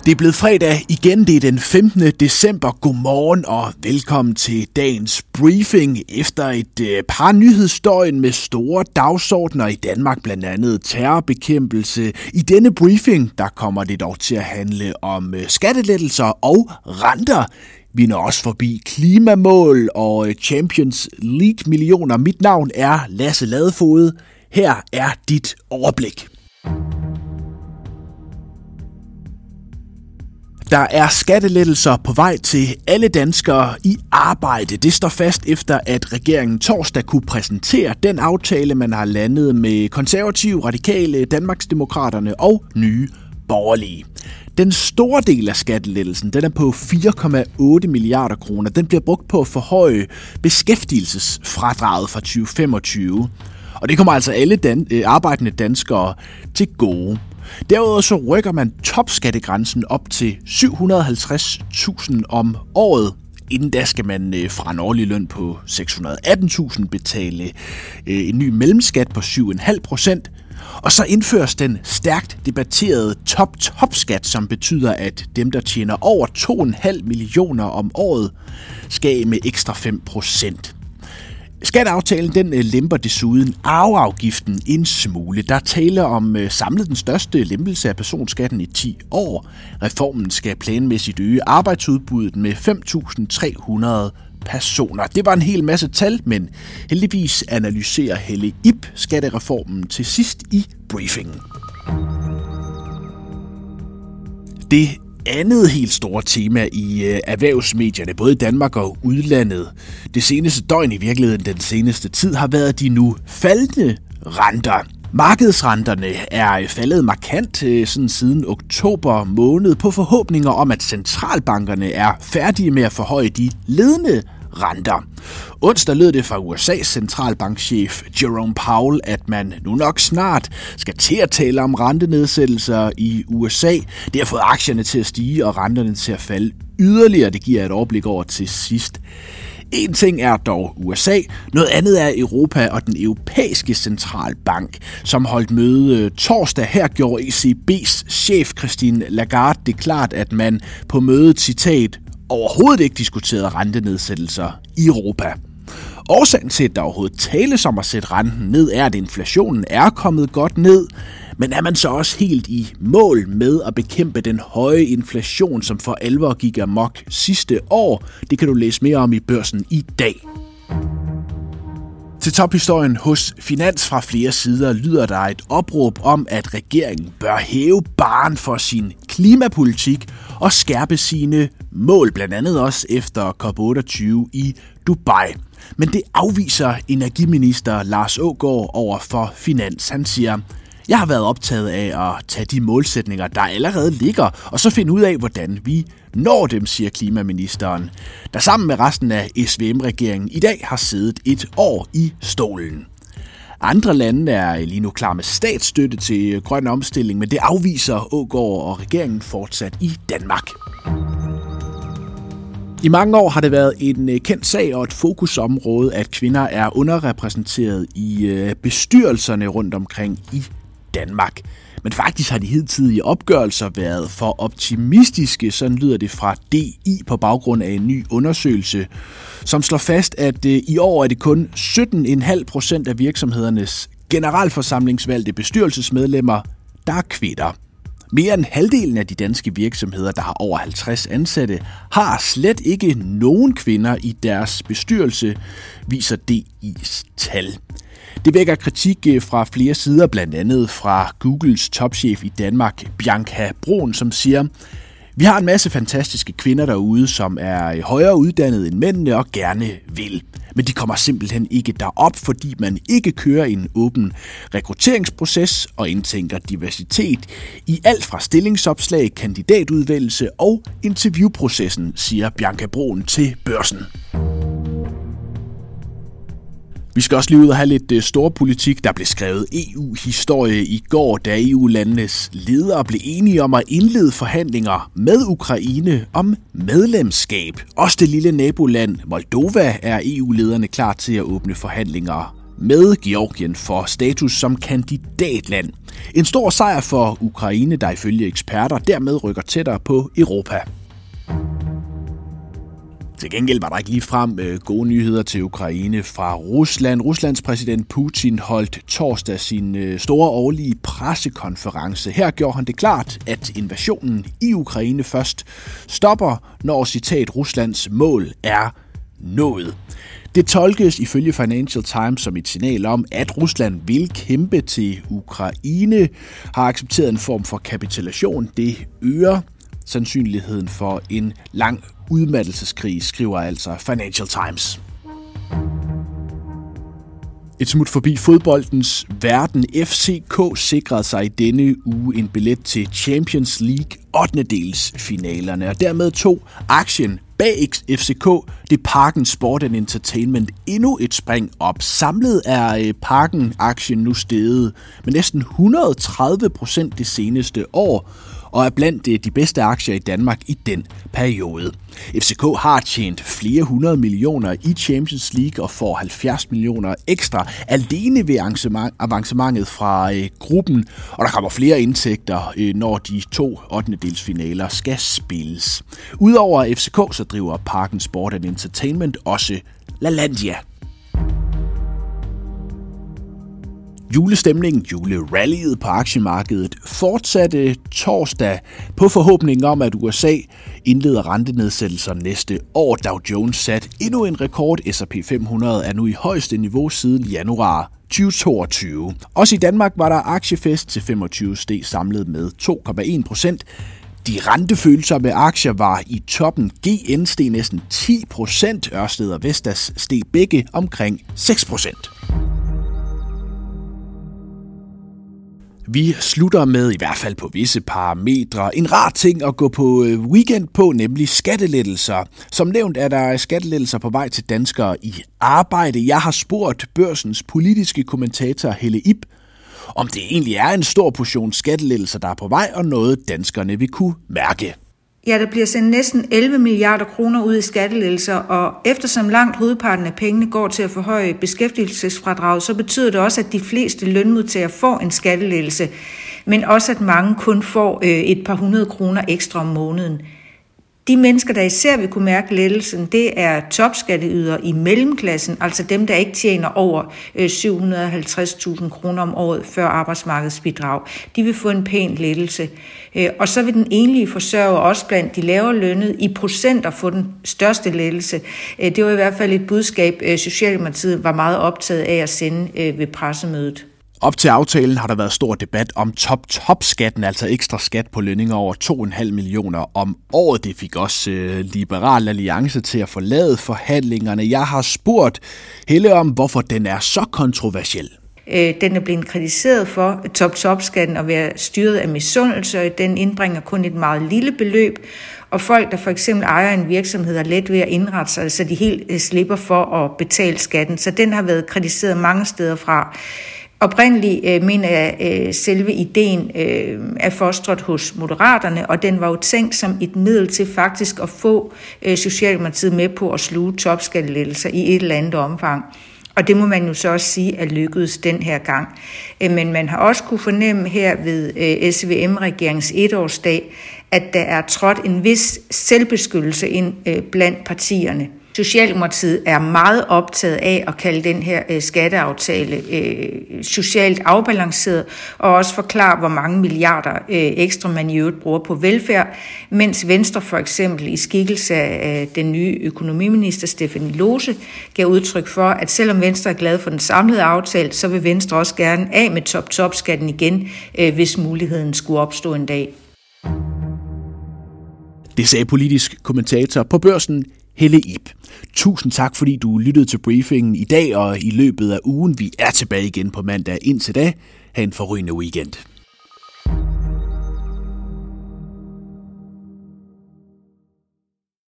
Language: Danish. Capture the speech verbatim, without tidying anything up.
Det er blevet fredag igen, det er den femtende december. Godmorgen og velkommen til dagens briefing. Efter et par nyhedsdøgn med store dagsordner i Danmark, blandt andet terrorbekæmpelse. I denne briefing, der kommer det dog til at handle om skattelettelser og renter. Vi når også forbi klimamål og Champions League millioner. Mit navn er Lasse Ladefoged. Her er dit overblik. Der er skattelettelser på vej til alle danskere i arbejde. Det står fast efter, at regeringen torsdag kunne præsentere den aftale, man har landet med konservative, radikale, Danmarksdemokraterne og Nye Borgerlige. Den store del af skattelettelsen, den er på fire komma otte milliarder kroner. Den bliver brugt på at forhøje beskæftigelsesfradraget fra tyve femogtyve. Og det kommer altså alle dan- arbejdende danskere til gode. Derudover så rykker man topskattegrænsen op til syv hundrede og halvtreds tusind om året. Inden da skal man fra en årlig løn på seks hundrede og atten tusind betale en ny mellemskat på syv komma fem procent. Og så indføres den stærkt debatterede top-top-skat, som betyder, at dem, der tjener over to komma fem millioner om året, skal af med ekstra fem procent. Skatteaftalen den lemper desuden arveafgiften en smule. Der taler om samlet den største lempelse af personskatten i ti år. Reformen skal planmæssigt øge arbejdsudbuddet med fem tusind tre hundrede personer. Det var en hel masse tal, men heldigvis analyserer Helle Ib skattereformen til sidst i briefingen. Det andet helt store tema i øh, erhvervsmedierne, både i Danmark og udlandet, det seneste døgn i virkeligheden den seneste tid, har været de nu faldende renter. Markedsrenterne er faldet markant øh, sådan siden oktober måned på forhåbninger om, at centralbankerne er færdige med at forhøje de ledende renter. Onsdag lød det fra U S A's centralbankchef Jerome Powell, at man nu nok snart skal til at tale om rentenedsættelser i U S A. Det har fået aktierne til at stige og renterne til at falde yderligere. Det giver et overblik over til sidst. En ting er dog U S A, noget andet er Europa og den europæiske centralbank, som holdt møde torsdag. Her gjorde E C B's chef Christine Lagarde det klart, at man på mødet, citat, overhovedet ikke diskuterede rentenedsættelser i Europa. Årsagen til, at der overhovedet tales om at sætte renten ned, er, at inflationen er kommet godt ned, men er man så også helt i mål med at bekæmpe den høje inflation, som for alvor gik amok sidste år? Det kan du læse mere om i Børsen i dag. Til tophistorien hos Finans fra flere sider lyder der et opråb om, at regeringen bør hæve barren for sin klimapolitik og skærpe sine mål, blandt andet også efter COP otteogtyve i Dubai. Men det afviser energiminister Lars Aagaard over for Finans. Han siger: Jeg har været optaget af at tage de målsætninger, der allerede ligger, og så finde ud af, hvordan vi når dem, siger klimaministeren, der sammen med resten af S V M-regeringen i dag har siddet et år i stolen. Andre lande er lige nu klar med statsstøtte til grøn omstilling, men det afviser Aagaard og regeringen fortsat i Danmark. I mange år har det været en kendt sag og et fokusområde, at kvinder er underrepræsenteret i bestyrelserne rundt omkring i Danmark. Men faktisk har de hidtidige opgørelser været for optimistiske, sådan lyder det fra D I på baggrund af en ny undersøgelse, som slår fast, at i år er det kun sytten komma fem procent af virksomhedernes generalforsamlingsvalgte bestyrelsesmedlemmer, der er kvinder. Mere end halvdelen af de danske virksomheder, der har over halvtreds ansatte, har slet ikke nogen kvinder i deres bestyrelse, viser D I's tal. Det vækker kritik fra flere sider, blandt andet fra Googles topchef i Danmark, Bianca Brun, som siger: Vi har en masse fantastiske kvinder derude, som er højere uddannet end mændene og gerne vil. Men de kommer simpelthen ikke derop, fordi man ikke kører en åben rekrutteringsproces og indtænker diversitet i alt fra stillingsopslag, kandidatudvælgelse og interviewprocessen, siger Bianca Brun til Børsen. Vi skal også lige ud og have lidt storpolitik. Der blev skrevet E U-historie i går, da E U-landenes ledere blev enige om at indlede forhandlinger med Ukraine om medlemskab. Også det lille naboland Moldova er E U-lederne klar til at åbne forhandlinger med Georgien for status som kandidatland. En stor sejr for Ukraine, der ifølge eksperter dermed rykker tættere på Europa. Til gengæld var der ikke ligefrem øh, gode nyheder til Ukraine fra Rusland. Ruslands præsident Putin holdt torsdag sin øh, store årlige pressekonference. Her gjorde han det klart, at invasionen i Ukraine først stopper, når, citat, Ruslands mål er nået. Det tolkes ifølge Financial Times som et signal om, at Rusland vil kæmpe til Ukraine, har accepteret en form for kapitulation. Det øger sandsynligheden for en lang udmattelseskrig, skriver altså Financial Times. Et smut forbi fodboldens verden. F C K sikrede sig i denne uge en billet til Champions League ottendedelsfinalerne, og dermed tog aktien bag F C K, det Parken Sport and Entertainment, endnu et spring op. Samlet er Parken-aktien nu steget med næsten et hundrede og tredive procent det seneste år, og er blandt de bedste aktier i Danmark i den periode. F C K har tjent flere hundrede millioner i Champions League og får halvfjerds millioner ekstra alene ved avancementet fra øh, gruppen, og der kommer flere indtægter, øh, når de to ottendedelsfinaler skal spilles. Udover F C K, så driver Parken Sport and Entertainment også LaLandia. Julestemningen, julerallyet på aktiemarkedet fortsatte torsdag på forhåbning om, at U S A indleder rentenedsættelser næste år. Dow Jones satte endnu en rekord. S og P fem hundrede er nu i højeste niveau siden januar tyve toogtyve. Også i Danmark var der aktiefest. Til femogtyve steg samlet med to komma en procent. De rentefølsomme aktier var i toppen. G N steg næsten ti procent. Ørsted og Vestas steg begge omkring seks procent. Vi slutter med, i hvert fald på visse parametre, en rar ting at gå på weekend på, nemlig skattelettelser. Som nævnt er der skattelettelser på vej til danskere i arbejde. Jeg har spurgt Børsens politiske kommentator Helle Ib, om det egentlig er en stor portion skattelettelser, der er på vej, og noget danskerne vil kunne mærke. Ja, der bliver sendt næsten elleve milliarder kroner ud i skattelettelser, og eftersom langt hovedparten af pengene går til at forhøje beskæftigelsesfradraget, så betyder det også, at de fleste lønmodtagere får en skattelettelse, men også at mange kun får et par hundrede kroner ekstra om måneden. De mennesker, der især vil kunne mærke lettelsen, det er topskatteydere i mellemklassen, altså dem, der ikke tjener over syv hundrede og halvtreds tusind kroner om året før arbejdsmarkedsbidrag. De vil få en pæn lettelse. Og så vil den enlige forsørger også blandt de lavere lønnede i procenter få den største lettelse. Det var i hvert fald et budskab, Socialdemokratiet var meget optaget af at sende ved pressemødet. Op til aftalen har der været stor debat om top-top-skatten, altså ekstra skat på lønninger over to komma fem millioner om året. Det fik også øh, Liberal Alliance til at forlade forhandlingerne. Jeg har spurgt Helle om, hvorfor den er så kontroversiel. Den er blevet kritiseret for top-top-skatten at være styret af misundelse. Den indbringer kun et meget lille beløb, og folk, der for eksempel ejer en virksomhed, er let ved at indrette sig, så de helt slipper for at betale skatten. Så den har været kritiseret mange steder fra. Oprindeligt øh, mener jeg, øh, selve ideen øh, er fostret hos Moderaterne, og den var jo tænkt som et middel til faktisk at få øh, Socialdemokratiet med på at sluge topskattelettelser i et eller andet omfang. Og det må man jo så også sige er lykkedes den her gang. Øh, men man har også kunne fornemme her ved øh, S V M-regeringens etårsdag, at der er trådt en vis selvbeskyttelse ind øh, blandt partierne. Socialdemokratiet er meget optaget af at kalde den her øh, skatteaftale øh, socialt afbalanceret, og også forklare, hvor mange milliarder øh, ekstra man i øvrigt bruger på velfærd, mens Venstre for eksempel i skikkelse af den nye økonomiminister Stephanie Lose gav udtryk for, at selvom Venstre er glad for den samlede aftale, så vil Venstre også gerne af med top-top-skatten igen, øh, hvis muligheden skulle opstå en dag. Det sagde politisk kommentator på Børsen Helle Ib. Tusind tak, fordi du lyttede til briefingen i dag og i løbet af ugen. Vi er tilbage igen på mandag. Indtil da, ha' en forrygende weekend.